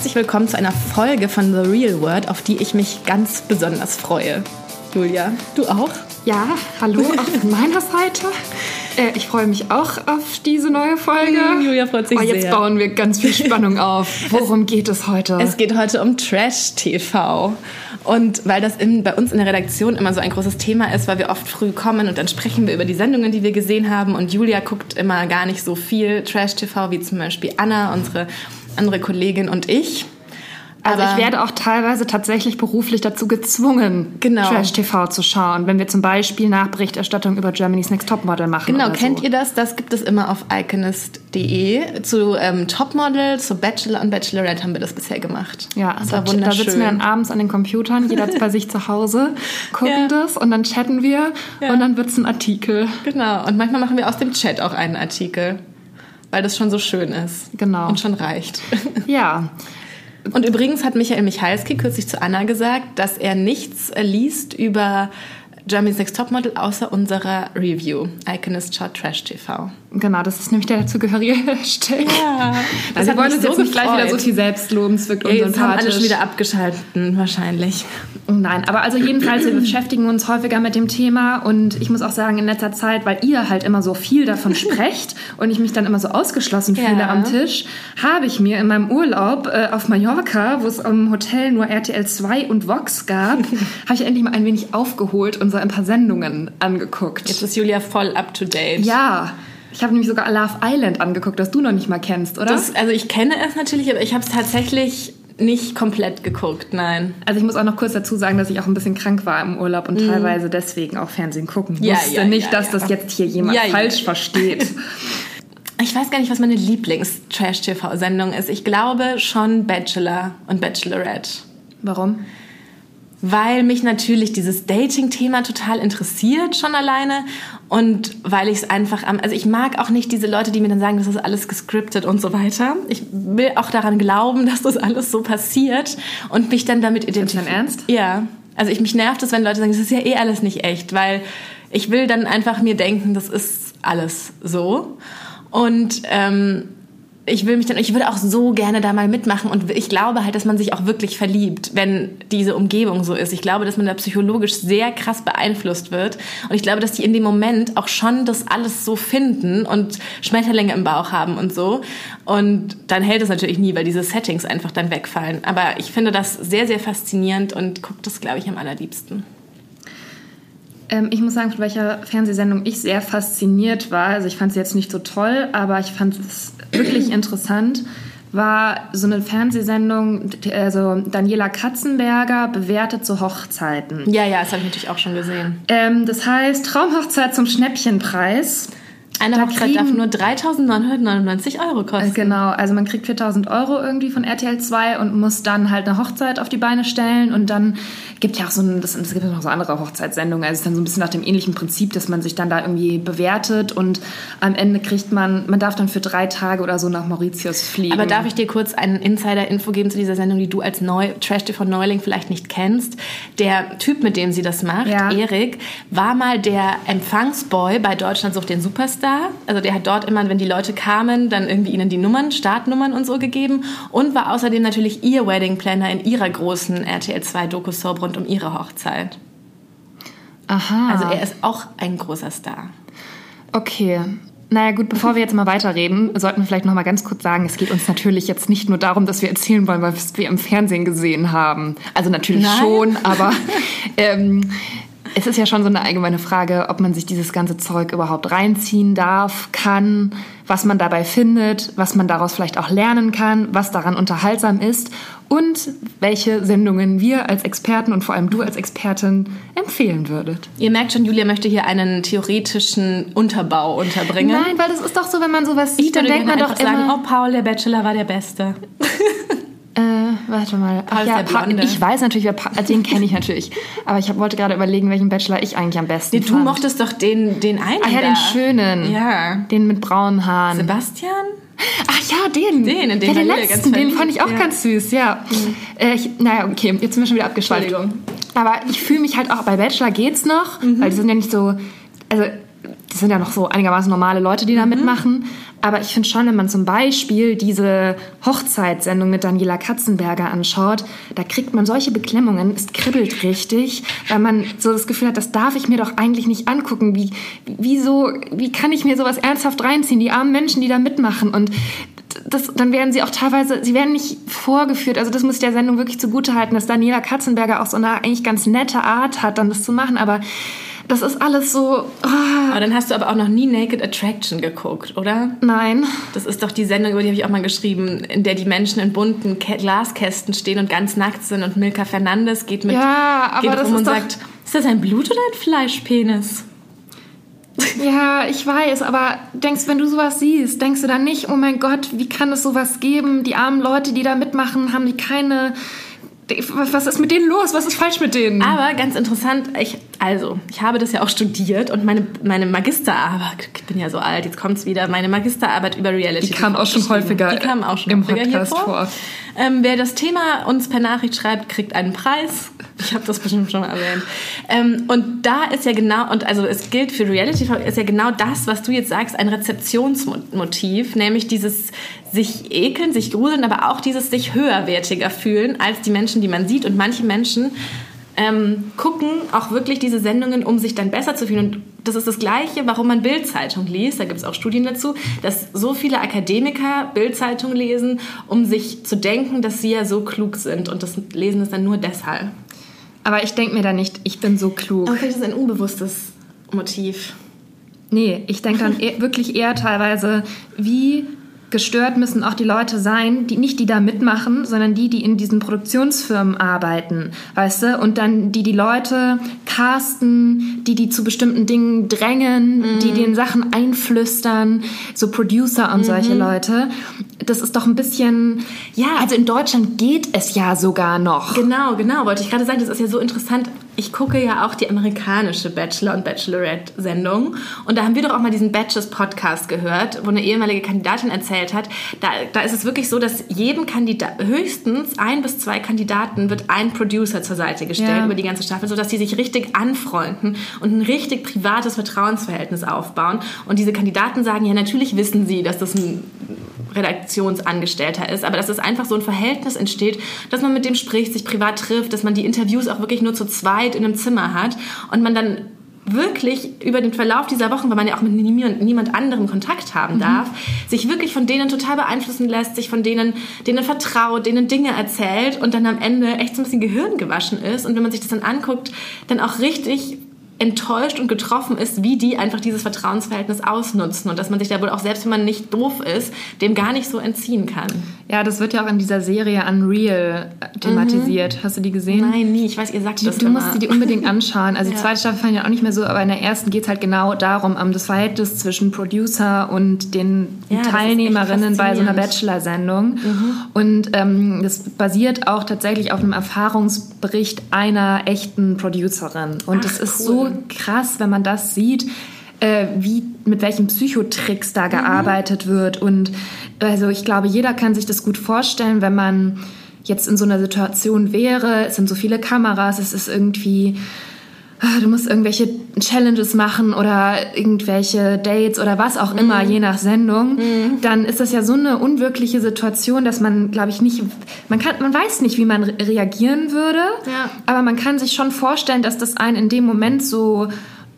herzlich willkommen zu einer Folge von The Real World, auf die ich mich ganz besonders freue. Julia, du auch? Ja, hallo auch von meiner Seite. Ich freue mich auch auf diese neue Folge. Julia freut sich sehr. Jetzt bauen wir ganz viel Spannung auf. Worum geht es heute? Es geht heute um Trash-TV. Und weil das bei uns in der Redaktion immer so ein großes Thema ist, weil wir oft früh kommen und dann sprechen wir über die Sendungen, die wir gesehen haben. Und Julia guckt immer gar nicht so viel Trash-TV, wie zum Beispiel Anna, unsere andere Kollegin, und ich. Also ich werde auch teilweise tatsächlich beruflich dazu gezwungen, Trash-TV zu schauen, wenn wir zum Beispiel Nachberichterstattung über Germany's Next Topmodel machen. Genau, oder kennt so. ihr das? Das gibt es immer auf iconist.de. Zu Topmodel, zu Bachelor und Bachelorette haben wir das bisher gemacht. Ja, das war wunderschön. Da sitzen wir dann abends an den Computern, jeder bei sich zu Hause, gucken das und dann chatten wir und dann wird es ein Artikel. Genau, und manchmal machen wir aus dem Chat auch einen Artikel, weil das schon so schön ist. Genau. Und schon reicht. Ja. Und übrigens hat Michael Michalski kürzlich zu Anna gesagt, dass er nichts liest über Germany's Next Topmodel außer unserer Review, Iconist Short Trash TV. Genau, das ist nämlich der dazugehörige Hashtag. Ja, also wir wollen uns jetzt nicht gleich wieder so viel selbst loben, es wirkt unsympathisch. Jetzt haben alle schon wieder abgeschalten, wahrscheinlich. Nein, aber also jedenfalls, wir beschäftigen uns häufiger mit dem Thema und ich muss auch sagen, in letzter Zeit, weil ihr halt immer so viel davon sprecht und ich mich dann immer so ausgeschlossen fühle am Tisch, habe ich mir in meinem Urlaub auf Mallorca, wo es im Hotel nur RTL 2 und Vox gab, habe ich endlich mal ein wenig aufgeholt und so ein paar Sendungen angeguckt. Jetzt ist Julia voll up to date. Ja. Ich habe nämlich sogar Love Island angeguckt, das du noch nicht mal kennst, oder? Also ich kenne es natürlich, aber ich habe es tatsächlich nicht komplett geguckt, nein. Also ich muss auch noch kurz dazu sagen, dass ich auch ein bisschen krank war im Urlaub und teilweise deswegen auch Fernsehen gucken musste. Nicht, dass das jetzt hier jemand falsch versteht. Ich weiß gar nicht, was meine Lieblings-Trash-TV-Sendung ist. Ich glaube schon Bachelor und Bachelorette. Warum? Weil mich natürlich dieses Dating-Thema total interessiert, schon alleine. Und weil ich es einfach also ich mag auch nicht diese Leute, die mir dann sagen, das ist alles gescriptet und so weiter. Ich will auch daran glauben, dass das alles so passiert und mich dann damit identifizieren. Ist das dein Ernst? Ja. Also mich nervt es, wenn Leute sagen, das ist ja eh alles nicht echt, weil ich will dann einfach mir denken, das ist alles so. Und ich würde auch so gerne da mal mitmachen und ich glaube halt, dass man sich auch wirklich verliebt, wenn diese Umgebung so ist. Ich glaube, dass man da psychologisch sehr krass beeinflusst wird und ich glaube, dass die in dem Moment auch schon das alles so finden und Schmetterlinge im Bauch haben und so. Und dann hält es natürlich nie, weil diese Settings einfach dann wegfallen. Aber ich finde das sehr, sehr faszinierend und gucke das, glaube ich, am allerliebsten. Ich muss sagen, von welcher Fernsehsendung ich sehr fasziniert war. Also ich fand sie jetzt nicht so toll, aber ich fand es wirklich interessant. War so eine Fernsehsendung, also Daniela Katzenberger bewertet so Hochzeiten. Ja, das habe ich natürlich auch schon gesehen. Das heißt Traumhochzeit zum Schnäppchenpreis. Eine Hochzeit darf nur 3.999 € kosten. Genau, also man kriegt 4.000 € irgendwie von RTL 2 und muss dann halt eine Hochzeit auf die Beine stellen. Und dann gibt ja auch es gibt noch so andere Hochzeitssendungen. Also es ist dann so ein bisschen nach dem ähnlichen Prinzip, dass man sich dann da irgendwie bewertet und am Ende kriegt man darf dann für 3 Tage oder so nach Mauritius fliegen. Aber darf ich dir kurz einen Insider-Info geben zu dieser Sendung, die du als Trash-TV-Neuling vielleicht nicht kennst? Der Typ, mit dem sie das macht, Erik, war mal der Empfangsboy bei Deutschland sucht den Superstar. Also der hat dort immer, wenn die Leute kamen, dann irgendwie ihnen die Startnummern und so gegeben und war außerdem natürlich ihr Wedding Planner in ihrer großen RTL 2 Doku-Soap rund um ihre Hochzeit. Aha. Also er ist auch ein großer Star. Okay. Naja gut, bevor wir jetzt mal weiterreden, sollten wir vielleicht noch mal ganz kurz sagen, es geht uns natürlich jetzt nicht nur darum, dass wir erzählen wollen, was wir im Fernsehen gesehen haben. Also natürlich schon, aber es ist ja schon so eine allgemeine Frage, ob man sich dieses ganze Zeug überhaupt reinziehen darf, kann, was man dabei findet, was man daraus vielleicht auch lernen kann, was daran unterhaltsam ist und welche Sendungen wir als Experten und vor allem du als Expertin empfehlen würdet. Ihr merkt schon, Julia möchte hier einen theoretischen Unterbau unterbringen. Nein, weil das ist doch so, wenn man sowas sieht, dann denkt man doch sagen, immer... Paul, der Bachelor war der Beste. Warte mal. Ich weiß natürlich, den kenne ich natürlich. Aber ich wollte gerade überlegen, welchen Bachelor ich eigentlich am besten fand. Du mochtest doch den einen. Ach ja, den schönen. Ja. Den mit braunen Haaren. Sebastian? Ach ja, den. Den letzten, den fand ich auch ganz süß, ja. Okay, jetzt sind wir schon wieder abgeschweift. Entschuldigung. Aber ich fühle mich halt auch, bei Bachelor geht's noch, weil die sind ja nicht so, also das sind ja noch so einigermaßen normale Leute, die da mitmachen. Aber ich finde schon, wenn man zum Beispiel diese Hochzeitssendung mit Daniela Katzenberger anschaut, da kriegt man solche Beklemmungen, es kribbelt richtig, weil man so das Gefühl hat, das darf ich mir doch eigentlich nicht angucken. Wie kann ich mir sowas ernsthaft reinziehen? Die armen Menschen, die da mitmachen. Und dann werden sie auch teilweise, sie werden nicht vorgeführt. Also das muss ich der Sendung wirklich zugutehalten, dass Daniela Katzenberger auch so eine eigentlich ganz nette Art hat, dann das zu machen. Aber das ist alles so... Aber dann hast du aber auch noch nie Naked Attraction geguckt, oder? Nein. Das ist doch die Sendung, über die habe ich auch mal geschrieben, in der die Menschen in bunten Glaskästen stehen und ganz nackt sind und Milka Fernandes geht rum und sagt, ist das ein Blut- oder ein Fleischpenis? Ja, ich weiß, aber wenn du sowas siehst, denkst du dann nicht, oh mein Gott, wie kann es sowas geben? Die armen Leute, die da mitmachen, haben die keine... Was ist mit denen los? Was ist falsch mit denen? Aber ganz interessant, ich habe das ja auch studiert und meine Magisterarbeit, ich bin ja so alt, jetzt kommt's wieder, meine Magisterarbeit über Reality. Die kam auch schon häufiger im Podcast vor. Wer das Thema uns per Nachricht schreibt, kriegt einen Preis. Ich habe das bestimmt schon mal erwähnt. Und da ist ja genau, und also es gilt für Reality, ist ja genau das, was du jetzt sagst, ein Rezeptionsmotiv, nämlich dieses sich ekeln, sich gruseln, aber auch dieses sich höherwertiger fühlen als die Menschen, die man sieht. Und manche Menschen gucken auch wirklich diese Sendungen, um sich dann besser zu fühlen. Und das ist das Gleiche, warum man Bild-Zeitung liest. Da gibt es auch Studien dazu, dass so viele Akademiker Bild-Zeitung lesen, um sich zu denken, dass sie ja so klug sind. Und das lesen es dann nur deshalb. Aber ich denke mir da nicht, ich bin so klug. Aber vielleicht ist das ein unbewusstes Motiv. Nee, ich denke dann wirklich eher teilweise, wie gestört müssen auch die Leute sein, die da mitmachen, sondern die in diesen Produktionsfirmen arbeiten, weißt du? Und dann die Leute casten, die zu bestimmten Dingen drängen, die den Sachen einflüstern, so Producer und solche Leute. Das ist doch ein bisschen... Ja, also in Deutschland geht es ja sogar noch. Genau, wollte ich gerade sagen. Das ist ja so interessant. Ich gucke ja auch die amerikanische Bachelor- und Bachelorette-Sendung. Und da haben wir doch auch mal diesen Batches-Podcast gehört, wo eine ehemalige Kandidatin erzählt hat. Da ist es wirklich so, dass jedem Kandidat, höchstens 1 bis 2 Kandidaten, wird ein Producer zur Seite gestellt über die ganze Staffel, sodass die sich richtig anfreunden und ein richtig privates Vertrauensverhältnis aufbauen. Und diese Kandidaten sagen, ja, natürlich wissen sie, dass das ein Redaktionsangestellter ist, aber dass es einfach so ein Verhältnis entsteht, dass man mit dem spricht, sich privat trifft, dass man die Interviews auch wirklich nur zu zweit in einem Zimmer hat und man dann wirklich über den Verlauf dieser Wochen, weil man ja auch mit niemand anderem Kontakt haben darf, sich wirklich von denen total beeinflussen lässt, sich von denen vertraut, denen Dinge erzählt und dann am Ende echt so ein bisschen Gehirn gewaschen ist und wenn man sich das dann anguckt, dann auch richtig enttäuscht und getroffen ist, wie die einfach dieses Vertrauensverhältnis ausnutzen und dass man sich da wohl auch, selbst wenn man nicht doof ist, dem gar nicht so entziehen kann. Ja, das wird ja auch in dieser Serie Unreal thematisiert. Hast du die gesehen? Nein, nie. Ich weiß, ihr sagt das immer. Du musst die unbedingt anschauen. Also die Ja. zweite Staffel fand ich auch nicht mehr so, aber in der ersten geht es halt genau darum, das Verhältnis zwischen Producer und den Ja, das Teilnehmerinnen ist echt bei so einer faszinierend. Bachelor-Sendung. Und das basiert auch tatsächlich auf einem Erfahrungsbericht einer echten Producerin. Und das ist so krass, wenn man das sieht, mit welchen Psychotricks da gearbeitet wird. Und also ich glaube, jeder kann sich das gut vorstellen, wenn man jetzt in so einer Situation wäre. Es sind so viele Kameras, es ist irgendwie... Du musst irgendwelche Challenges machen oder irgendwelche Dates oder was auch immer, je nach Sendung. Dann ist das ja so eine unwirkliche Situation, dass man, glaube ich, nicht... Man weiß nicht, wie man reagieren würde, aber man kann sich schon vorstellen, dass das einen in dem Moment so...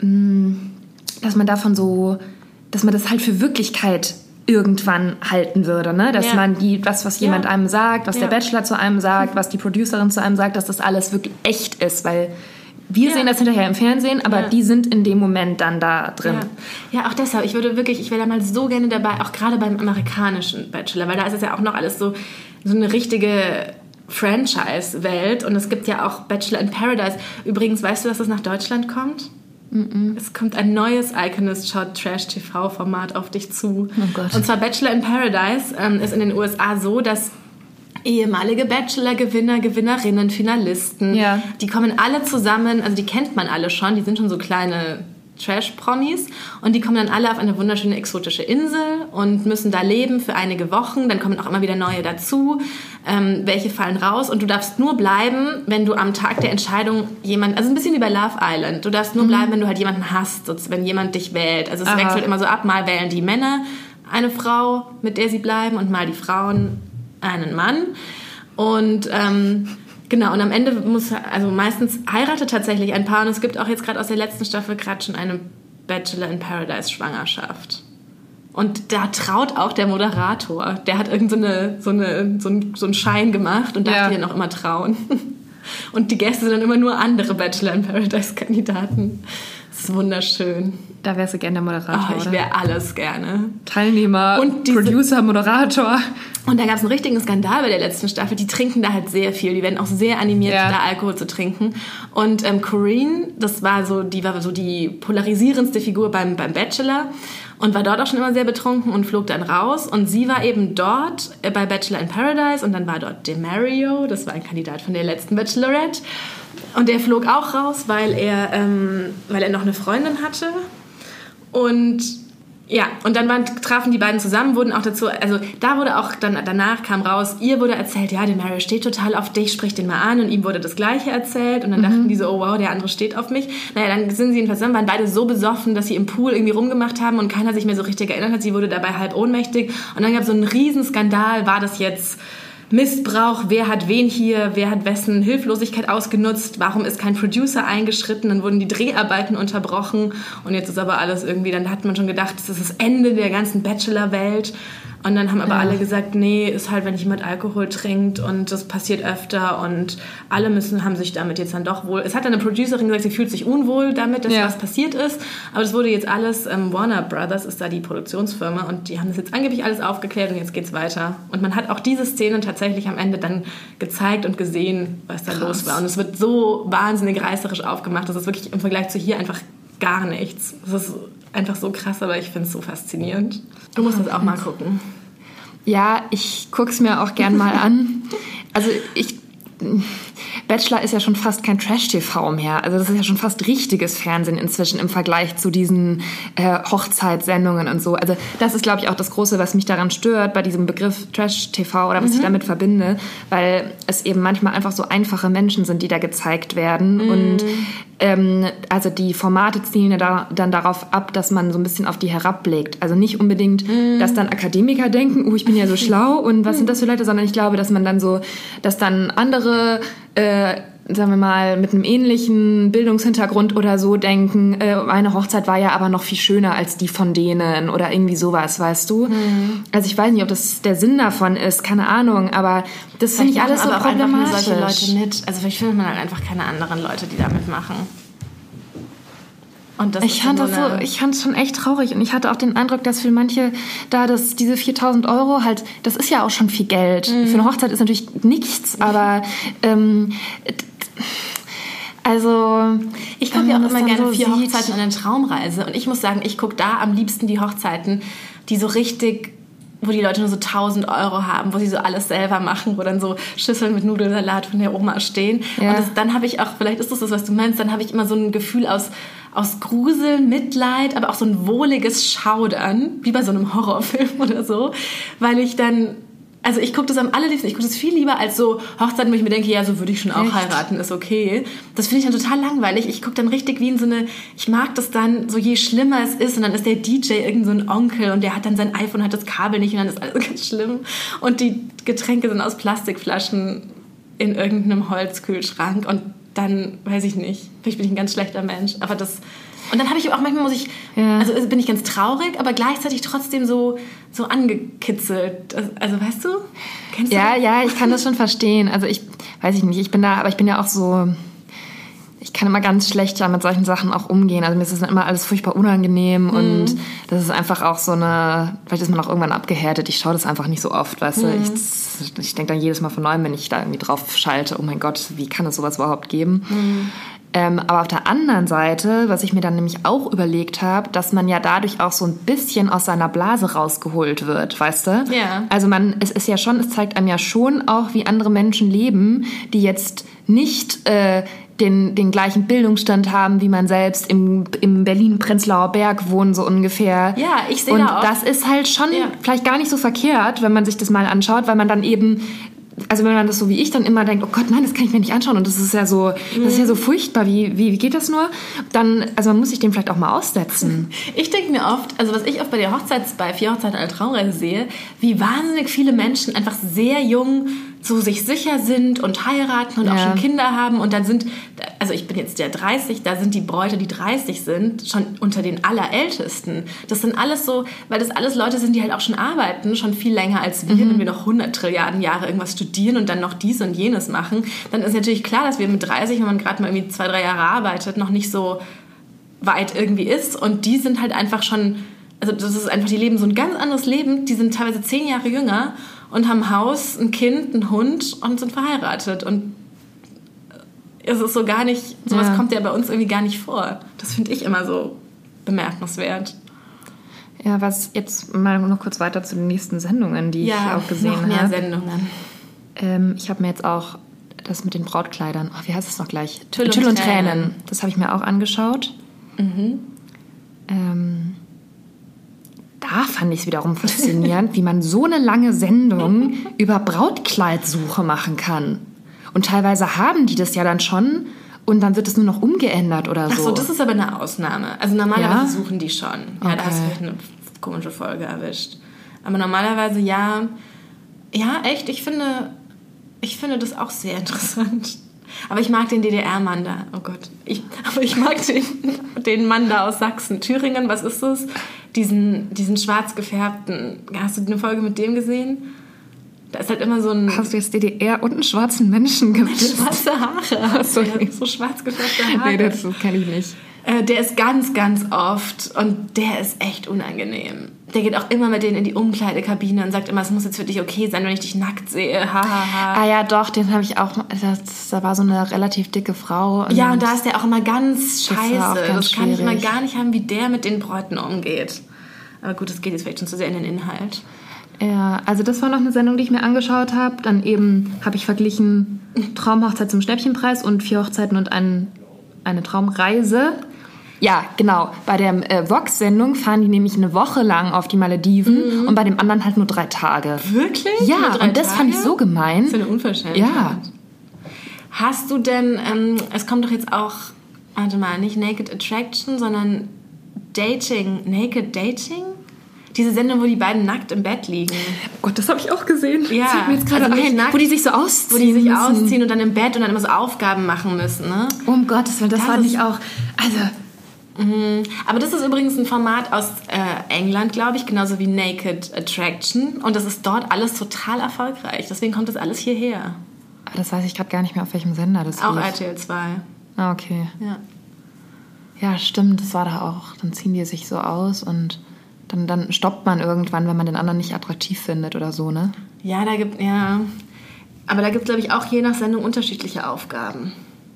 dass man das halt für Wirklichkeit irgendwann halten würde, ne? Dass man was jemand einem sagt, was der Bachelor zu einem sagt, was die Producerin zu einem sagt, dass das alles wirklich echt ist, weil... Wir sehen das hinterher im Fernsehen, aber die sind in dem Moment dann da drin. Ja, auch deshalb. Ich wäre da mal so gerne dabei, auch gerade beim amerikanischen Bachelor, weil da ist es ja auch noch alles so eine richtige Franchise-Welt. Und es gibt ja auch Bachelor in Paradise. Übrigens, weißt du, dass das nach Deutschland kommt? Es kommt ein neues Iconist Shot Trash TV-Format auf dich zu. Oh Gott. Und zwar Bachelor in Paradise ist in den USA so, dass ehemalige Bachelor-Gewinner, Gewinnerinnen, Finalisten, die kommen alle zusammen, also die kennt man alle schon, die sind schon so kleine Trash-Promis und die kommen dann alle auf eine wunderschöne exotische Insel und müssen da leben für einige Wochen. Dann kommen auch immer wieder neue dazu. Welche fallen raus und du darfst nur bleiben, wenn du am Tag der Entscheidung also ein bisschen wie bei Love Island, du darfst nur bleiben, wenn du halt jemanden hast, wenn jemand dich wählt. Also es wechselt immer so ab, mal wählen die Männer eine Frau, mit der sie bleiben und mal die Frauen einen Mann. Und genau, und am Ende meistens heiratet tatsächlich ein Paar und es gibt auch jetzt gerade aus der letzten Staffel gerade schon eine Bachelor in Paradise Schwangerschaft. Und da traut auch der Moderator. Der hat so einen Schein gemacht und darf die dann auch immer trauen. Und die Gäste sind dann immer nur andere Bachelor in Paradise Kandidaten. Das ist wunderschön. Da wärst du gerne der Moderator, ich wäre alles gerne. Teilnehmer, und Producer, Moderator. Und da gab es einen richtigen Skandal bei der letzten Staffel. Die trinken da halt sehr viel. Die werden auch sehr animiert, da Alkohol zu trinken. Und Corinne, die war so die polarisierendste Figur beim Bachelor und war dort auch schon immer sehr betrunken und flog dann raus. Und sie war eben dort bei Bachelor in Paradise und dann war dort DeMario, das war ein Kandidat von der letzten Bachelorette. Und der flog auch raus, weil er noch eine Freundin hatte. Und ja, und dann trafen die beiden zusammen, wurden auch dazu, also da wurde auch, danach kam raus, ihr wurde erzählt, ja, der Mario steht total auf dich, sprich den mal an, und ihm wurde das Gleiche erzählt und dann dachten die so, oh wow, der andere steht auf mich. Naja, dann sind sie jedenfalls zusammen, waren beide so besoffen, dass sie im Pool irgendwie rumgemacht haben und keiner sich mehr so richtig erinnert hat, sie wurde dabei halb ohnmächtig und dann gab es so einen Riesenskandal, war das jetzt Missbrauch, wer hat wen hier, wer hat wessen Hilflosigkeit ausgenutzt, warum ist kein Producer eingeschritten, dann wurden die Dreharbeiten unterbrochen und jetzt ist aber alles irgendwie, dann hat man schon gedacht, das ist das Ende der ganzen Bachelor-Welt und dann haben aber alle gesagt, nee, ist halt, wenn jemand Alkohol trinkt und das passiert öfter und alle haben sich damit jetzt dann doch wohl, es hat dann eine Producerin gesagt, sie fühlt sich unwohl damit, dass was passiert ist, aber das wurde jetzt alles, Warner Brothers ist da die Produktionsfirma und die haben das jetzt angeblich alles aufgeklärt und jetzt geht's weiter und man hat auch diese Szene tatsächlich am Ende dann gezeigt und gesehen, was da los war und es wird so wahnsinnig reißerisch aufgemacht, das ist wirklich im Vergleich zu hier einfach gar nichts. Das ist einfach so krass, aber ich finde es so faszinierend. Du musst das auch mal gucken. Ja, ich gucke es mir auch gern mal an. Also Bachelor ist ja schon fast kein Trash-TV mehr. Also das ist ja schon fast richtiges Fernsehen inzwischen im Vergleich zu diesen Hochzeitssendungen und so. Also das ist, glaube ich, auch das Große, was mich daran stört, bei diesem Begriff Trash-TV oder was ich damit verbinde, weil es eben manchmal einfach so einfache Menschen sind, die da gezeigt werden und also die Formate zielen ja dann darauf ab, dass man so ein bisschen auf die herabblickt. Also nicht unbedingt, dass dann Akademiker denken, ich bin ja so schlau und was sind das für Leute, sondern ich glaube, dass man dann so, dass dann andere, sagen wir mal, mit einem ähnlichen Bildungshintergrund oder so denken, meine Hochzeit war ja aber noch viel schöner als die von denen oder irgendwie sowas, weißt du? Also ich weiß nicht, ob das der Sinn davon ist, keine Ahnung, aber das finde ich alles so problematisch. Einfach nur solche Leute mit. Also vielleicht findet man halt einfach keine anderen Leute, die da mitmachen. Und das ich fand es schon echt traurig und ich hatte auch den Eindruck, dass für manche da diese 4.000 € halt, das ist ja auch schon viel Geld. Für eine Hochzeit ist natürlich nichts, aber also ich gucke ja auch immer gerne 4 Hochzeiten und eine Traumreise und ich muss sagen, ich gucke da am liebsten die Hochzeiten, die so richtig, wo die Leute nur so 1.000 € haben, wo sie so alles selber machen, wo dann so Schüsseln mit Nudelsalat von der Oma stehen. Ja. Und dann habe ich auch, vielleicht ist das, was du meinst, dann habe ich immer so ein Gefühl aus Grusel, Mitleid, aber auch so ein wohliges Schaudern, wie bei so einem Horrorfilm oder so, weil ich dann, also ich gucke das am allerliebsten, ich gucke das viel lieber als so Hochzeiten, wo ich mir denke, ja, so würde ich schon auch heiraten, ist okay. Das finde ich dann total langweilig. Ich gucke dann richtig wie in so eine, ich mag das dann, so je schlimmer es ist und dann ist der DJ irgend so ein Onkel und der hat dann sein iPhone, hat das Kabel nicht und dann ist alles ganz schlimm und die Getränke sind aus Plastikflaschen in irgendeinem Holzkühlschrank und dann, weiß ich nicht, vielleicht bin ich ein ganz schlechter Mensch, aber das, und dann habe ich auch, manchmal also bin ich ganz traurig, aber gleichzeitig trotzdem so angekitzelt, also weißt du? Kennst du das? Ja, ich kann das schon verstehen, also ich bin ja auch so, ich kann immer ganz schlecht mit solchen Sachen auch umgehen. Also mir ist das dann immer alles furchtbar unangenehm und das ist einfach auch so eine, vielleicht ist man auch irgendwann abgehärtet. Ich schaue das einfach nicht so oft, weißt du. Ich denke dann jedes Mal von neuem, wenn ich da irgendwie drauf schalte, oh mein Gott, wie kann es sowas überhaupt geben? Aber auf der anderen Seite, was ich mir dann nämlich auch überlegt habe, dass man ja dadurch auch so ein bisschen aus seiner Blase rausgeholt wird, weißt du? Ja. Also es zeigt einem ja schon auch, wie andere Menschen leben, die jetzt nicht den gleichen Bildungsstand haben, wie man selbst im Berlin-Prenzlauer Berg wohnen, so ungefähr. Ja, ich sehe und da auch. das ist halt schon vielleicht gar nicht so verkehrt, wenn man sich das mal anschaut, weil man dann eben, also wenn man das so wie ich dann immer denkt, oh Gott, nein, das kann ich mir nicht anschauen und das ist ja so furchtbar, wie geht das nur? Dann, also man muss sich dem vielleicht auch mal aussetzen. Ich denke mir oft, also was ich oft bei 4 Hochzeiten eine Traumreise sehe, wie wahnsinnig viele Menschen einfach sehr jung so sich sicher sind und heiraten und auch schon Kinder haben und dann sind, also ich bin jetzt der 30, da sind die Bräute, die 30 sind, schon unter den Allerältesten. Das sind alles so, weil das alles Leute sind, die halt auch schon arbeiten, schon viel länger als wir, wenn wir noch 100 Trilliarden Jahre irgendwas studieren und dann noch dies und jenes machen, dann ist natürlich klar, dass wir mit 30, wenn man gerade mal irgendwie 2-3 Jahre arbeitet, noch nicht so weit irgendwie ist und die sind halt einfach schon, also das ist einfach, die leben so ein ganz anderes Leben, die sind teilweise 10 Jahre jünger und haben ein Haus, ein Kind, einen Hund und sind verheiratet und es ist so gar nicht, sowas kommt ja bei uns irgendwie gar nicht vor. Das finde ich immer so bemerkenswert. Ja, was jetzt mal noch kurz weiter zu den nächsten Sendungen, die ich auch gesehen habe. Ja, noch mehr Sendungen. Ich habe mir jetzt auch das mit den Brautkleidern, wie heißt es noch gleich? Tüll und Tränen. Das habe ich mir auch angeschaut. Da fand ich es wiederum faszinierend, wie man so eine lange Sendung über Brautkleidsuche machen kann. Und teilweise haben die das ja dann schon und dann wird es nur noch umgeändert oder so. Ach so, das ist aber eine Ausnahme. Also normalerweise suchen die schon. Ja, da hast du vielleicht eine komische Folge erwischt. Aber normalerweise ja, echt, ich finde das auch sehr interessant. Aber ich mag den DDR-Mann da. Oh Gott. Ich mag den Mann da aus Sachsen. Thüringen, was ist das? Diesen schwarz gefärbten. Hast du eine Folge mit dem gesehen? Da ist halt immer so ein... Hast du jetzt DDR und einen schwarzen Menschen geblitzt? Schwarze Haare. So schwarz gefärbte Haare. Nee, das kenne ich nicht. Der ist ganz, ganz oft und der ist echt unangenehm. Der geht auch immer mit denen in die Umkleidekabine und sagt immer, es muss jetzt für dich okay sein, wenn ich dich nackt sehe. Ha, ha, ha. Ah ja, doch, den habe ich auch... Da war so eine relativ dicke Frau. Und und da ist der auch immer ganz scheiße. Das kann ich mal schwierig. gar nicht haben, wie der mit den Bräuten umgeht. Aber gut, das geht jetzt vielleicht schon zu sehr in den Inhalt. Ja, also das war noch eine Sendung, die ich mir angeschaut habe. Dann eben habe ich verglichen Traumhochzeit zum Schnäppchenpreis und 4 Hochzeiten und eine Traumreise. Ja, genau. Bei der Vox-Sendung fahren die nämlich eine Woche lang auf die Malediven und bei dem anderen halt nur 3 Tage. Wirklich? Ja, und das fand ich so gemein. Das ist eine Unverschämtheit. Ja. Hast du denn, es kommt doch jetzt auch, warte mal, nicht Naked Attraction, sondern Naked Dating? Diese Sendung, wo die beiden nackt im Bett liegen. Oh Gott, das habe ich auch gesehen. Ja, das mir jetzt gerade ein. Nackt, wo die sich so ausziehen. Wo die sich müssen. ausziehen und dann im Bett und dann immer so Aufgaben machen müssen, ne? Oh, um Gottes Willen, das fand ich auch. Also. Aber das ist übrigens ein Format aus England, glaube ich, genauso wie Naked Attraction. Und das ist dort alles total erfolgreich. Deswegen kommt das alles hierher. Aber das weiß ich gerade gar nicht mehr, auf welchem Sender das auch lief. RTL 2. Ah, okay. Ja. Ja, stimmt, das war da auch. Dann ziehen die sich so aus und dann stoppt man irgendwann, wenn man den anderen nicht attraktiv findet oder so, ne? Ja, aber da gibt es, glaube ich, auch je nach Sendung unterschiedliche Aufgaben.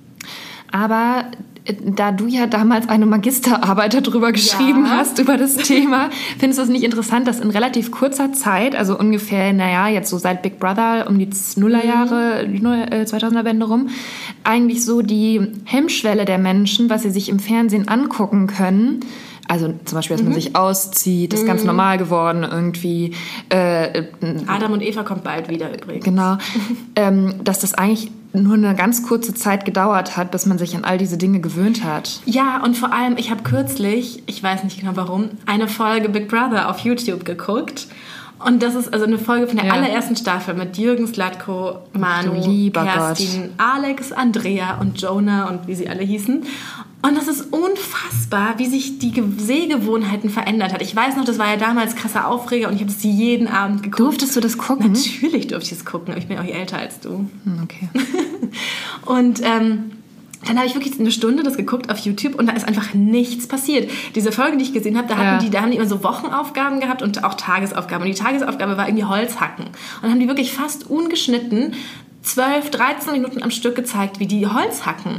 Aber da du ja damals eine Magisterarbeit darüber geschrieben hast, über das Thema, findest du es nicht interessant, dass in relativ kurzer Zeit, also ungefähr, jetzt so seit Big Brother um die Nullerjahre, 2000er-Wende rum, eigentlich so die Hemmschwelle der Menschen, was sie sich im Fernsehen angucken können, also zum Beispiel, dass man sich auszieht, ist ganz normal geworden irgendwie. Adam und Eva kommt bald wieder übrigens. Genau. Dass das eigentlich nur eine ganz kurze Zeit gedauert hat, bis man sich an all diese Dinge gewöhnt hat. Ja, und vor allem, ich habe kürzlich, ich weiß nicht genau warum, eine Folge Big Brother auf YouTube geguckt. Und das ist also eine Folge von der allerersten Staffel mit Jürgen Slatko, Manu, Kerstin, Alex, Andrea und Jonah und wie sie alle hießen. Und das ist unfassbar, wie sich die Sehgewohnheiten verändert hat. Ich weiß noch, das war ja damals krasser Aufreger und ich habe das jeden Abend geguckt. Durftest du das gucken? Natürlich durfte ich es gucken, aber ich bin auch älter als du. Okay. Und dann habe ich wirklich eine Stunde das geguckt auf YouTube und da ist einfach nichts passiert. Diese Folge, die ich gesehen habe, da haben die immer so Wochenaufgaben gehabt und auch Tagesaufgaben. Und die Tagesaufgabe war irgendwie Holzhacken. Und dann haben die wirklich fast ungeschnitten 12, 13 Minuten am Stück gezeigt, wie die Holz hacken.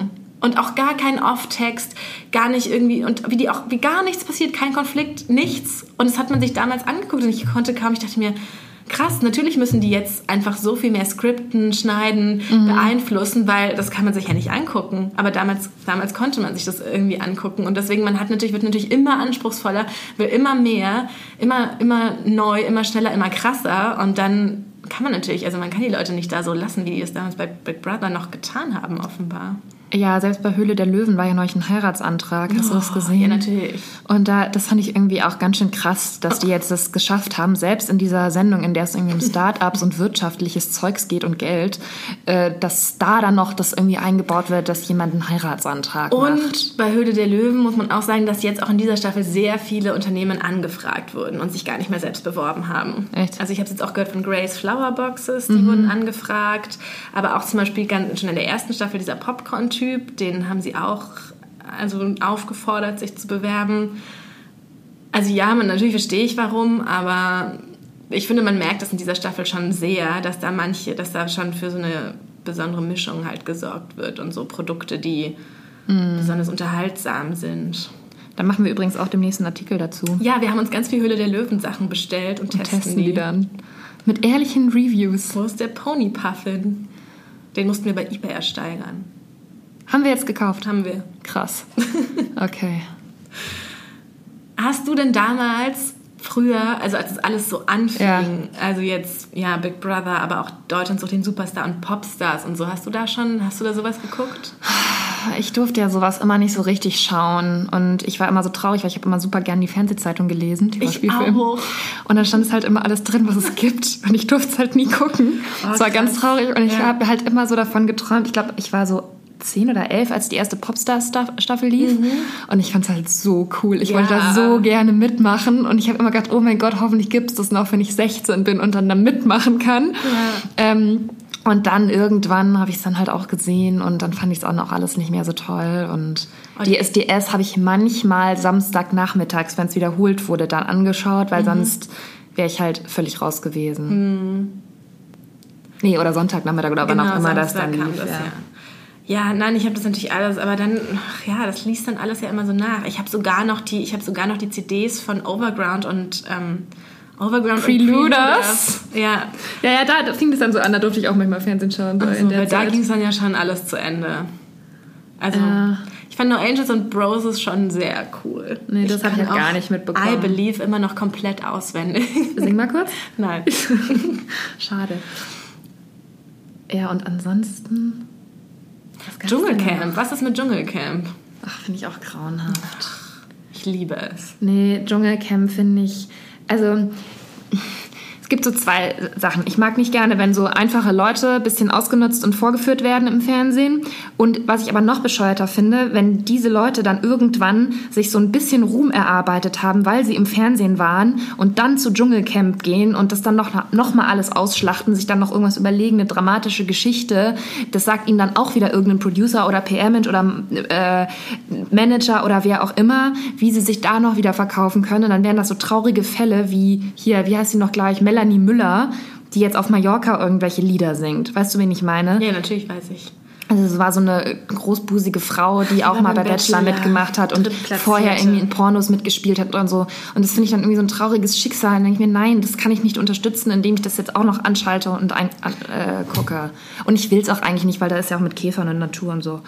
Und auch gar kein Off-Text, gar nicht irgendwie, und wie gar nichts passiert, kein Konflikt, nichts. Und das hat man sich damals angeguckt und ich dachte mir, krass, natürlich müssen die jetzt einfach so viel mehr skripten, schneiden, beeinflussen, weil das kann man sich ja nicht angucken. Aber damals konnte man sich das irgendwie angucken. Und deswegen, wird natürlich immer anspruchsvoller, will immer mehr, immer neu, immer schneller, immer krasser. Und dann kann man natürlich, also man kann die Leute nicht da so lassen, wie die es damals bei Big Brother noch getan haben, offenbar. Ja, selbst bei Höhle der Löwen war ja neulich ein Heiratsantrag. Hast du das gesehen? Ja, natürlich. Und das fand ich irgendwie auch ganz schön krass, dass die jetzt das geschafft haben, selbst in dieser Sendung, in der es irgendwie um Start-ups und wirtschaftliches Zeugs geht und Geld, dass da dann noch das irgendwie eingebaut wird, dass jemand einen Heiratsantrag macht. Und bei Höhle der Löwen muss man auch sagen, dass jetzt auch in dieser Staffel sehr viele Unternehmen angefragt wurden und sich gar nicht mehr selbst beworben haben. Echt? Also ich habe es jetzt auch gehört von Grace Flower Boxes, die wurden angefragt, aber auch zum Beispiel schon in der ersten Staffel dieser Popcorn-Typ, den haben sie auch aufgefordert, sich zu bewerben. Also ja, natürlich verstehe ich warum, aber ich finde, man merkt das in dieser Staffel schon sehr, dass da schon für so eine besondere Mischung halt gesorgt wird und so Produkte, die besonders unterhaltsam sind. Da machen wir übrigens auch demnächst einen Artikel dazu. Ja, wir haben uns ganz viel Höhle der Löwen Sachen bestellt und testen die dann. Mit ehrlichen Reviews. Wo ist der Pony Puffin? Den mussten wir bei eBay ersteigern. Haben wir jetzt gekauft? Haben wir. Krass. Okay. Hast du denn damals, früher, also als es alles so anfing, also jetzt, ja, Big Brother, aber auch Deutschland sucht den Superstar und Popstars und so, hast du da sowas geguckt? Ich durfte ja sowas immer nicht so richtig schauen und ich war immer so traurig, weil ich habe immer super gerne die Fernsehzeitung gelesen, die Spielfilme. Auch. Und dann stand es halt immer alles drin, was es gibt und ich durfte es halt nie gucken. Es war ganz traurig und ich habe halt immer so davon geträumt. Ich glaube, ich war so 10 oder 11, als die erste Popstar-Staffel lief. Und ich fand es halt so cool. Ich wollte da so gerne mitmachen. Und ich habe immer gedacht, oh mein Gott, hoffentlich gibt es das noch, wenn ich 16 bin und dann da mitmachen kann. Ja. Und dann irgendwann habe ich es dann halt auch gesehen und dann fand ich es auch noch alles nicht mehr so toll. Und die SDS habe ich manchmal Samstagnachmittags, wenn es wiederholt wurde, dann angeschaut, weil sonst wäre ich halt völlig raus gewesen. Nee, oder Sonntagnachmittag oder wann auch immer das dann lief. Ja, nein, ich habe das natürlich alles, aber dann, das liest dann alles ja immer so nach. Ich habe sogar noch die CDs von Overground und Overground Preluders. Ja, da fing das dann so an, da durfte ich auch manchmal Fernsehen schauen. Weil da ging es dann ja schon alles zu Ende. Also, ich fand No Angels und Broses schon sehr cool. Nee, das habe ich halt gar nicht mitbekommen. I Believe immer noch komplett auswendig. Sing mal kurz. Nein. Schade. Ja, und ansonsten... Dschungelcamp. Was ist mit Dschungelcamp? Ach, finde ich auch grauenhaft. Ich liebe es. Nee, Dschungelcamp finde ich... Also... Es gibt so zwei Sachen. Ich mag nicht gerne, wenn so einfache Leute ein bisschen ausgenutzt und vorgeführt werden im Fernsehen. Und was ich aber noch bescheuerter finde, wenn diese Leute dann irgendwann sich so ein bisschen Ruhm erarbeitet haben, weil sie im Fernsehen waren und dann zu Dschungelcamp gehen und das dann noch mal alles ausschlachten, sich dann noch irgendwas überlegen, eine dramatische Geschichte. Das sagt ihnen dann auch wieder irgendein Producer oder PR-Mensch oder Manager oder wer auch immer, wie sie sich da noch wieder verkaufen können. Und dann wären das so traurige Fälle wie hier, wie heißt sie noch gleich, Melanie Müller, die jetzt auf Mallorca irgendwelche Lieder singt. Weißt du, wen ich meine? Ja, natürlich weiß ich. Also es war so eine großbusige Frau, die auch mal bei Bachelor mitgemacht hat und vorher irgendwie in Pornos mitgespielt hat und so. Und das finde ich dann irgendwie so ein trauriges Schicksal. Und dann denke ich mir, nein, das kann ich nicht unterstützen, indem ich das jetzt auch noch anschalte und gucke. Und ich will es auch eigentlich nicht, weil da ist ja auch mit Käfern und Natur und so.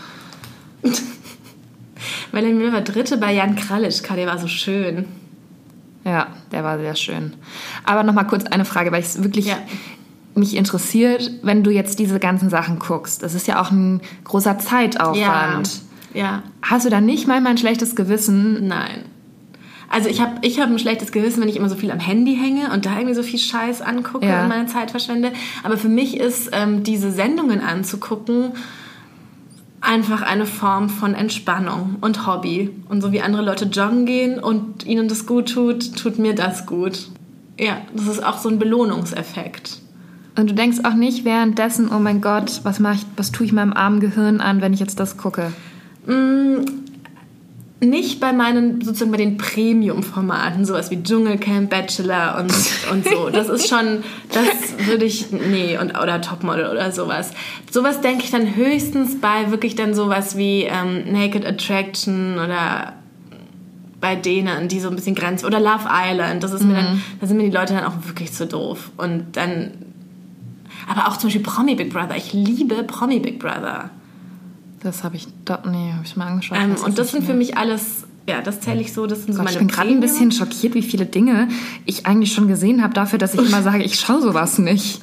Melanie Müller war Dritte bei Jan Kralischka, der war so schön. Ja, der war sehr schön. Aber noch mal kurz eine Frage, weil es wirklich mich interessiert, wenn du jetzt diese ganzen Sachen guckst. Das ist ja auch ein großer Zeitaufwand. Ja. Hast du da nicht mal ein schlechtes Gewissen? Nein. Also ich hab ein schlechtes Gewissen, wenn ich immer so viel am Handy hänge und da irgendwie so viel Scheiß angucke und meine Zeit verschwende. Aber für mich ist diese Sendungen anzugucken einfach eine Form von Entspannung und Hobby. Und so wie andere Leute joggen gehen und ihnen das gut tut, tut mir das gut. Ja, das ist auch so ein Belohnungseffekt. Und du denkst auch nicht währenddessen, oh mein Gott, was tue ich meinem armen Gehirn an, wenn ich jetzt das gucke? nicht bei sozusagen bei den Premium-Formaten, sowas wie Dschungelcamp, Bachelor und so. Das ist schon, das würde ich, oder Topmodel oder sowas. Sowas denke ich dann höchstens bei wirklich dann sowas wie Naked Attraction oder bei denen, die so ein bisschen grenzen, oder Love Island. Das ist mir dann, da sind mir die Leute dann auch wirklich zu doof. Und dann, aber auch zum Beispiel Promi Big Brother. Ich liebe Promi Big Brother. Das habe ich mal angeschaut. Und das sind für mich alles, ja, das zähle ich so, das sind so meine Ich bin gerade ein bisschen schockiert, wie viele Dinge ich eigentlich schon gesehen habe, dafür, dass ich immer sage, ich schaue sowas nicht.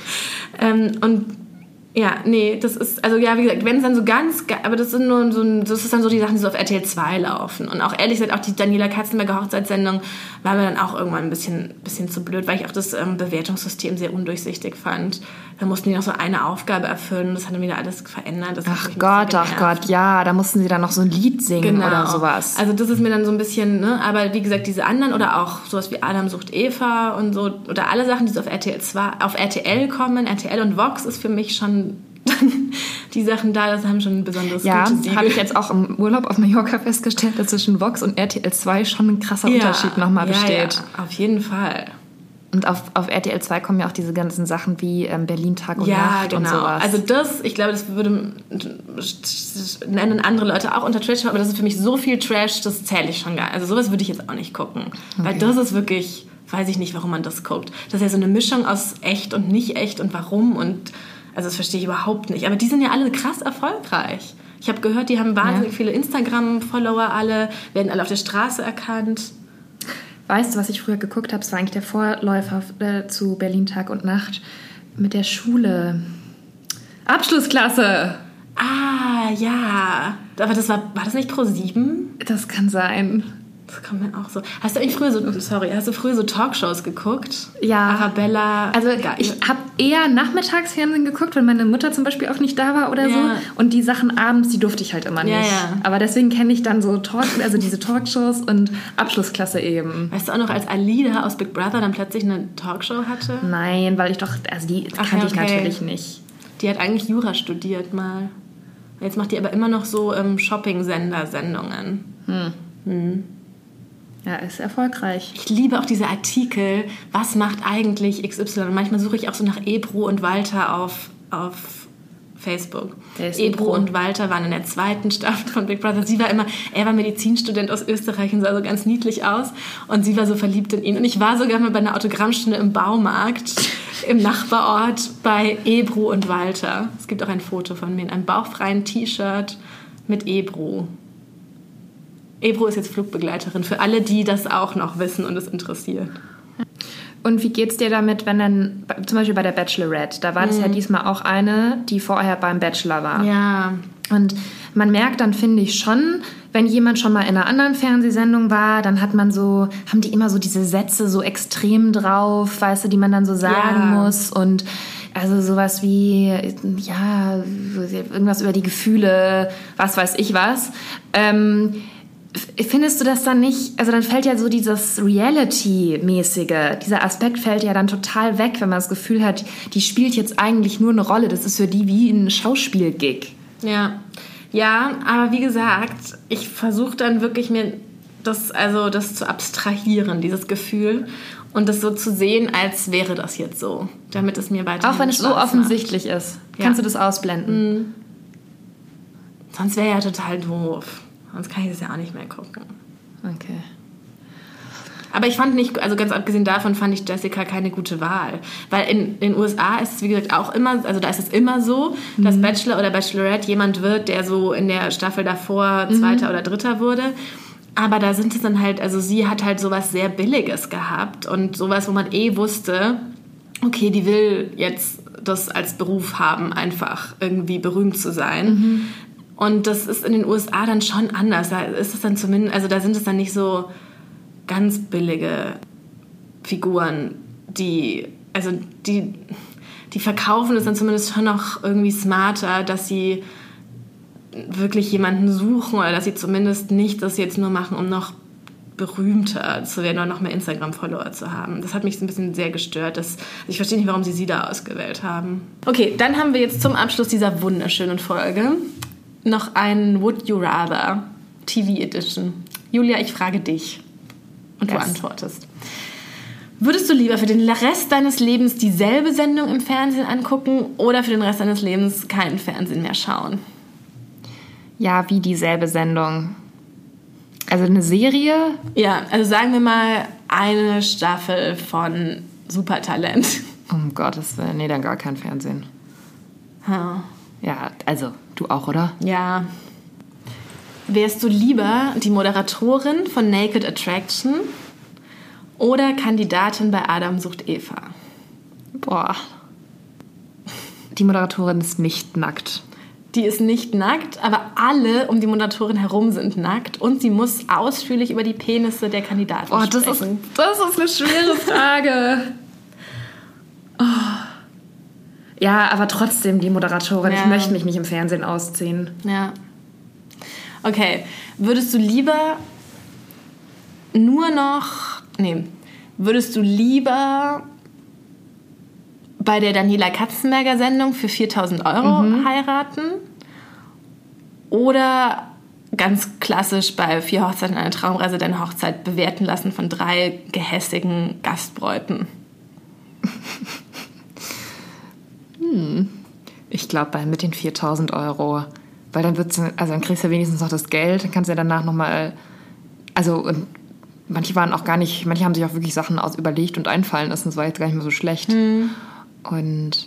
Ja, nee, das ist, also ja, wie gesagt, wenn es dann so aber das sind nur das ist dann so die Sachen, die so auf RTL 2 laufen. Und auch ehrlich gesagt, auch die Daniela Katzenberger Hochzeitssendung war mir dann auch irgendwann ein bisschen zu blöd, weil ich auch das Bewertungssystem sehr undurchsichtig fand. Da mussten die noch so eine Aufgabe erfüllen, das hat dann wieder alles verändert. Ach Gott, ja, da mussten sie dann noch so ein Lied singen oder sowas. Also das ist mir dann so ein bisschen, ne, aber wie gesagt, diese anderen oder auch sowas wie Adam sucht Eva und so, oder alle Sachen, die so auf RTL kommen, RTL und Vox ist für mich schon die Sachen da, das haben schon ein besonderes Gütesiegel. Ja, habe ich jetzt auch im Urlaub auf Mallorca festgestellt, dass zwischen Vox und RTL 2 schon ein krasser Unterschied nochmal besteht. Ja, auf jeden Fall. Und auf RTL 2 kommen ja auch diese ganzen Sachen wie Berlin Tag und Nacht und sowas. Also ich glaube, das nennen andere Leute auch unter Trash, aber das ist für mich so viel Trash, das zähle ich schon gar nicht. Also sowas würde ich jetzt auch nicht gucken. Okay. Weil das ist wirklich, weiß ich nicht, warum man das guckt. Das ist ja so eine Mischung aus echt und nicht echt und warum und also das verstehe ich überhaupt nicht. Aber die sind ja alle krass erfolgreich. Ich habe gehört, die haben wahnsinnig viele Instagram-Follower alle, werden alle auf der Straße erkannt. Weißt du, was ich früher geguckt habe? Das war eigentlich der Vorläufer zu Berlin Tag und Nacht mit der Schule. Abschlussklasse! Ah, ja. Aber war das nicht Pro7? Das kann sein. Das kommt mir auch so. Hast du eigentlich früher so Talkshows geguckt? Ja. Arabella. Also ich habe eher Nachmittagsfernsehen geguckt, wenn meine Mutter zum Beispiel auch nicht da war oder so. Und die Sachen abends, die durfte ich halt immer nicht. Ja. Aber deswegen kenne ich dann so diese Talkshows und Abschlussklasse eben. Weißt du auch noch, als Alida aus Big Brother dann plötzlich eine Talkshow hatte? Nein, weil die kannte ich natürlich nicht. Die hat eigentlich Jura studiert mal. Jetzt macht die aber immer noch so Shopping-Sender-Sendungen. Ja, ist erfolgreich. Ich liebe auch diese Artikel, was macht eigentlich XY? Und manchmal suche ich auch so nach Ebro und Walter auf Facebook. Ebro und Walter waren in der 2. Staffel von Big Brother. Er war Medizinstudent aus Österreich und sah so ganz niedlich aus. Und sie war so verliebt in ihn. Und ich war sogar mal bei einer Autogrammstunde im Baumarkt, im Nachbarort, bei Ebro und Walter. Es gibt auch ein Foto von mir in einem bauchfreien T-Shirt mit Ebro. Ebro ist jetzt Flugbegleiterin, für alle, die das auch noch wissen und es interessiert. Und wie geht's dir damit, wenn dann, zum Beispiel bei der Bachelorette, da war das ja diesmal auch eine, die vorher beim Bachelor war. Ja. Und man merkt dann, finde ich schon, wenn jemand schon mal in einer anderen Fernsehsendung war, dann haben die immer so diese Sätze so extrem drauf, weißt du, die man dann so sagen muss und also sowas wie, ja, irgendwas über die Gefühle, was weiß ich was. Findest du das dann nicht, also dann fällt ja so dieses Reality-mäßige, dieser Aspekt fällt ja dann total weg, wenn man das Gefühl hat, die spielt jetzt eigentlich nur eine Rolle, das ist für die wie ein Schauspiel-Gig. Ja, aber wie gesagt, ich versuche dann wirklich mir das zu abstrahieren, dieses Gefühl, und das so zu sehen, als wäre das jetzt so, damit es mir weiterhin auch wenn es so offensichtlich macht. ist, kannst du das ausblenden? Sonst wäre ja total doof. Sonst kann ich das ja auch nicht mehr gucken. Okay. Aber ich fand nicht, also ganz abgesehen davon fand ich Jessica keine gute Wahl. Weil in den USA ist es, wie gesagt, auch immer, also da ist es immer so, dass Bachelor oder Bachelorette jemand wird, der so in der Staffel davor Zweiter oder Dritter wurde. Aber da sind es dann halt, also sie hat halt sowas sehr Billiges gehabt und sowas, wo man wusste, okay, die will jetzt das als Beruf haben, einfach irgendwie berühmt zu sein. Und das ist in den USA dann schon anders. Da ist es dann zumindest, also da sind es dann nicht so ganz billige Figuren, die verkaufen es dann zumindest schon noch irgendwie smarter, dass sie wirklich jemanden suchen oder dass sie zumindest nicht das jetzt nur machen, um noch berühmter zu werden oder noch mehr Instagram-Follower zu haben. Das hat mich so ein bisschen sehr gestört. Ich verstehe nicht, warum sie da ausgewählt haben. Okay, dann haben wir jetzt zum Abschluss dieser wunderschönen Folge noch einen Would You Rather TV Edition. Julia, ich frage dich. Und du antwortest. Würdest du lieber für den Rest deines Lebens dieselbe Sendung im Fernsehen angucken oder für den Rest deines Lebens keinen Fernsehen mehr schauen? Ja, wie dieselbe Sendung. Also eine Serie? Ja, also sagen wir mal eine Staffel von Supertalent. Um Gottes Willen, nee, dann gar kein Fernsehen. Huh. Ja, also du auch, oder? Ja. Wärst du lieber die Moderatorin von Naked Attraction oder Kandidatin bei Adam sucht Eva? Boah. Die Moderatorin ist nicht nackt. Die ist nicht nackt, aber alle um die Moderatorin herum sind nackt und sie muss ausführlich über die Penisse der Kandidaten sprechen. Das ist eine schwere Frage. Oh. Ja, aber trotzdem die Moderatorin. Ja. Ich möchte mich nicht im Fernsehen ausziehen. Ja. Okay, würdest du lieber bei der Daniela Katzenberger Sendung für 4.000 Euro heiraten oder ganz klassisch bei 4 Hochzeiten eine Traumreise deine Hochzeit bewerten lassen von 3 gehässigen Gastbräuten? Ich glaube, mit den 4.000 Euro, weil dann kriegst du ja wenigstens noch das Geld, dann kannst du ja danach nochmal, und manche haben sich auch wirklich Sachen überlegt und einfallen lassen, das war jetzt gar nicht mehr so schlecht. Und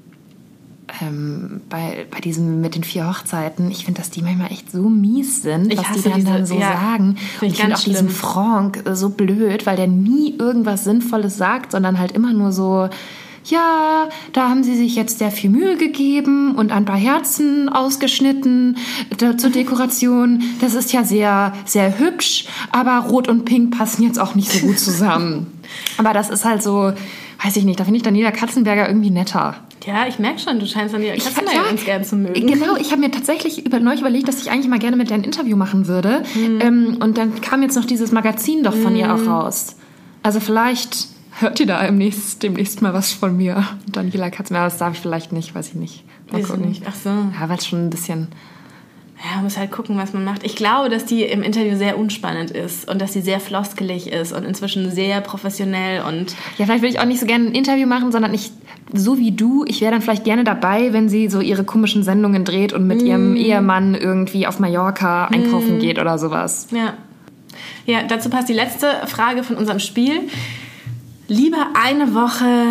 bei diesem mit den 4 Hochzeiten, ich finde, dass die manchmal echt so mies sind, was die dann so sagen. Und ich finde auch diesen Franck so blöd, weil der nie irgendwas Sinnvolles sagt, sondern halt immer nur so, ja, da haben sie sich jetzt sehr viel Mühe gegeben und ein paar Herzen ausgeschnitten zur Dekoration. Das ist ja sehr, sehr hübsch, aber Rot und Pink passen jetzt auch nicht so gut zusammen. Aber das ist halt so, weiß ich nicht, da finde ich Daniela Katzenberger irgendwie netter. Ja, ich merke schon, du scheinst Daniela Katzenberger ganz gern zu mögen. Genau, ich habe mir tatsächlich neulich überlegt, dass ich eigentlich mal gerne mit der ein Interview machen würde. Und dann kam jetzt noch dieses Magazin doch von ihr auch raus. Also vielleicht hört ihr da demnächst mal was von mir. Daniela Katzenberger, das darf ich vielleicht nicht, weiß ich nicht. Mal gucken. Ach so. Ja, weil es schon ein bisschen... Ja, man muss halt gucken, was man macht. Ich glaube, dass die im Interview sehr unspannend ist und dass sie sehr floskelig ist und inzwischen sehr professionell und... Ja, vielleicht will ich auch nicht so gerne ein Interview machen, sondern so wie du, ich wäre dann vielleicht gerne dabei, wenn sie so ihre komischen Sendungen dreht und mit ihrem Ehemann irgendwie auf Mallorca einkaufen geht oder sowas. Ja. Ja, dazu passt die letzte Frage von unserem Spiel. Lieber eine Woche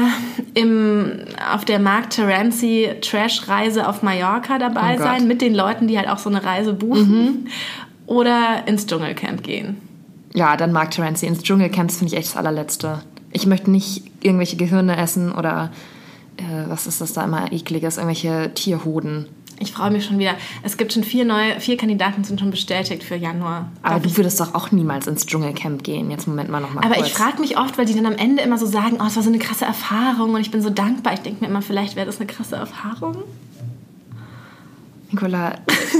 auf der Mark Terenzi Trash-Reise auf Mallorca dabei sein, mit den Leuten, die halt auch so eine Reise buchen, oder ins Dschungelcamp gehen? Ja, dann Mark Terenzi. Ins Dschungelcamp finde ich echt das allerletzte. Ich möchte nicht irgendwelche Gehirne essen oder was ist das da immer ekliges, irgendwelche Tierhoden. Ich freue mich schon wieder. Es gibt schon 4 Kandidaten, sind schon bestätigt für Januar. Aber du würdest doch auch niemals ins Dschungelcamp gehen. Jetzt Moment mal noch mal kurz. Aber ich frage mich oft, weil die dann am Ende immer so sagen, es war so eine krasse Erfahrung und ich bin so dankbar. Ich denke mir immer, vielleicht wäre das eine krasse Erfahrung. Nicola...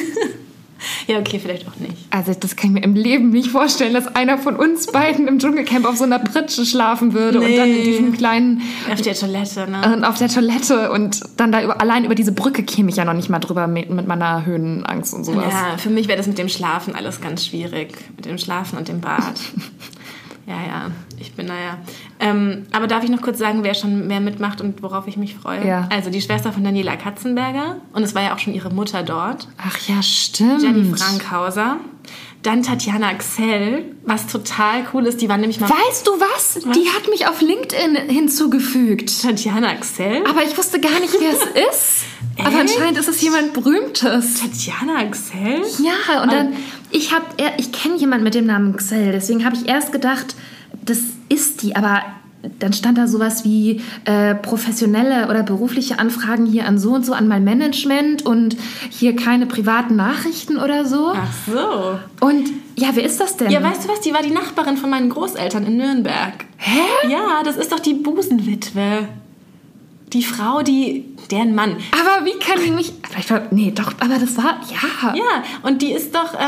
Ja, okay, vielleicht auch nicht. Also das kann ich mir im Leben nicht vorstellen, dass einer von uns beiden im Dschungelcamp auf so einer Pritsche schlafen würde und dann in diesem kleinen... Auf der Toilette, ne? Und auf der Toilette und dann da allein über diese Brücke käme ich ja noch nicht mal drüber mit meiner Höhenangst und sowas. Ja, für mich wäre das mit dem Schlafen alles ganz schwierig. Mit dem Schlafen und dem Bad. Ja, ich bin aber darf ich noch kurz sagen, wer schon mehr mitmacht und worauf ich mich freue? Ja. Also die Schwester von Daniela Katzenberger und es war ja auch schon ihre Mutter dort. Ach ja, stimmt. Jenny Frankhauser. Dann Tatjana Xell, was total cool ist. Die war nämlich mal... Weißt du was? Die hat mich auf LinkedIn hinzugefügt. Tatjana Xell? Aber ich wusste gar nicht, wer es ist. Aber anscheinend ist es jemand Berühmtes. Tatjana Xell? Ja, und dann... Ich kenne jemanden mit dem Namen Xell, deswegen habe ich erst gedacht, das ist die, aber dann stand da sowas wie professionelle oder berufliche Anfragen hier an so und so an mein Management und hier keine privaten Nachrichten oder so. Ach so. Und ja, wer ist das denn? Ja, weißt du was, die war die Nachbarin von meinen Großeltern in Nürnberg. Hä? Ja, das ist doch die Busenwitwe. Die Frau, deren Mann. Aber wie kann die mich... Nee, doch, aber das war... Ja. Ja, und die ist doch...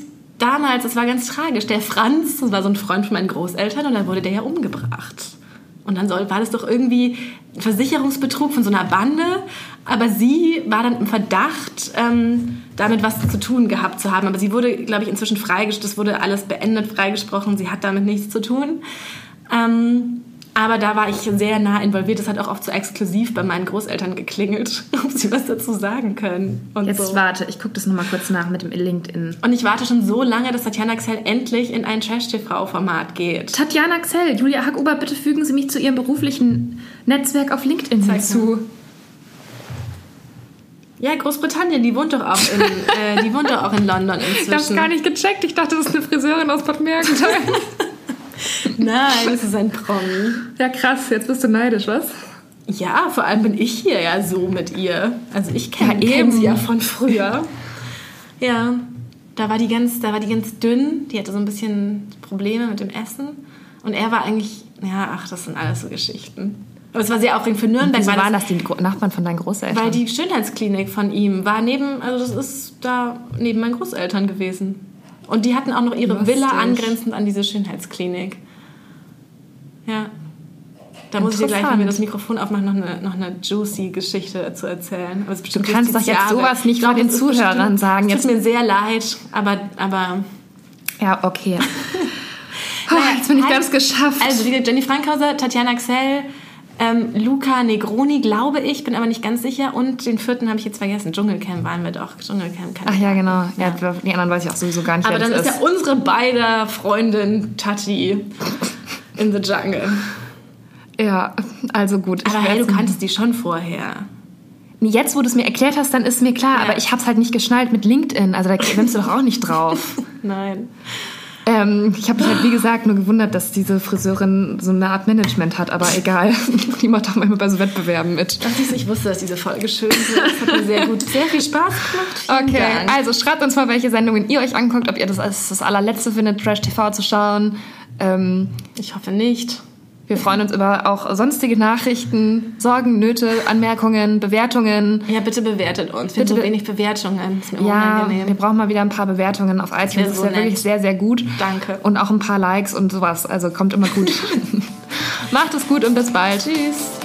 damals, das war ganz tragisch, der Franz, das war so ein Freund von meinen Großeltern und dann wurde der ja umgebracht. Und dann war das doch irgendwie Versicherungsbetrug von so einer Bande. Aber sie war dann im Verdacht, damit was zu tun gehabt zu haben. Aber sie wurde, glaube ich, inzwischen freigesprochen. Das wurde alles beendet, freigesprochen. Sie hat damit nichts zu tun. Aber da war ich sehr nah involviert. Das hat auch oft so exklusiv bei meinen Großeltern geklingelt, ob sie was dazu sagen können. Und jetzt so. Warte, ich gucke das nochmal kurz nach mit dem LinkedIn. Und ich warte schon so lange, dass Tatjana Xell endlich in ein Trash-TV-Format geht. Tatjana Xell, Julia Hackober, bitte fügen Sie mich zu Ihrem beruflichen Netzwerk auf LinkedIn hinzu. Ja, Großbritannien, die wohnt doch auch in London inzwischen. Ich hab's gar nicht gecheckt. Ich dachte, das ist eine Friseurin aus Bad Mergentheim. Nein, das ist ein Promi. Ja, krass. Jetzt bist du neidisch, was? Ja, vor allem bin ich hier ja so mit ihr. Also ich kenne sie ja von früher. Ja, da war die ganz dünn. Die hatte so ein bisschen Probleme mit dem Essen. Und er war eigentlich, das sind alles so Geschichten. Aber es war sehr aufregend für Nürnberg. Wieso waren das die Nachbarn von deinen Großeltern? Weil die Schönheitsklinik von ihm war das ist da neben meinen Großeltern gewesen. Und die hatten auch noch ihre Villa angrenzend an diese Schönheitsklinik. Ja. Da muss ich dir gleich, wenn wir das Mikrofon aufmachen, noch eine juicy Geschichte zu erzählen. Aber du kannst doch jetzt sowas nicht vor den Zuhörern sagen. Es tut mir sehr leid, aber... Ja, okay. Jetzt bin ich ganz geschafft. Also Jenny Frankhauser, Tatjana Xell, Luca Negroni, glaube ich, bin aber nicht ganz sicher. Und den 4. habe ich jetzt vergessen. Dschungelcamp waren wir doch. Ach ja, genau. Ja, die anderen weiß ich auch sowieso gar nicht, aber dann ist ja unsere beider Freundin Tati in the Jungle. Ja, also gut. Aber hey, du kanntest die schon vorher. Jetzt, wo du es mir erklärt hast, dann ist mir klar. Ja. Aber ich habe es halt nicht geschnallt mit LinkedIn. Also da kommst du doch auch nicht drauf. Nein. Ich habe mich halt, wie gesagt, nur gewundert, dass diese Friseurin so eine Art Management hat, aber egal. Die macht auch manchmal bei so Wettbewerben mit. Ich wusste, dass diese Folge schön wird. Das hat mir sehr viel Spaß gemacht. Vielen Dank. Also schreibt uns mal, welche Sendungen ihr euch anguckt, ob ihr das als das allerletzte findet, Trash TV zu schauen. Ich hoffe nicht. Wir freuen uns über auch sonstige Nachrichten, Sorgen, Nöte, Anmerkungen, Bewertungen. Ja, bitte bewertet uns. Wir haben so wenig Bewertungen. Das ist mir unangenehm. Wir brauchen mal wieder ein paar Bewertungen auf iTunes. Das ist ja wirklich sehr, sehr gut. Danke. Und auch ein paar Likes und sowas. Also kommt immer gut. Macht es gut und bis bald. Tschüss.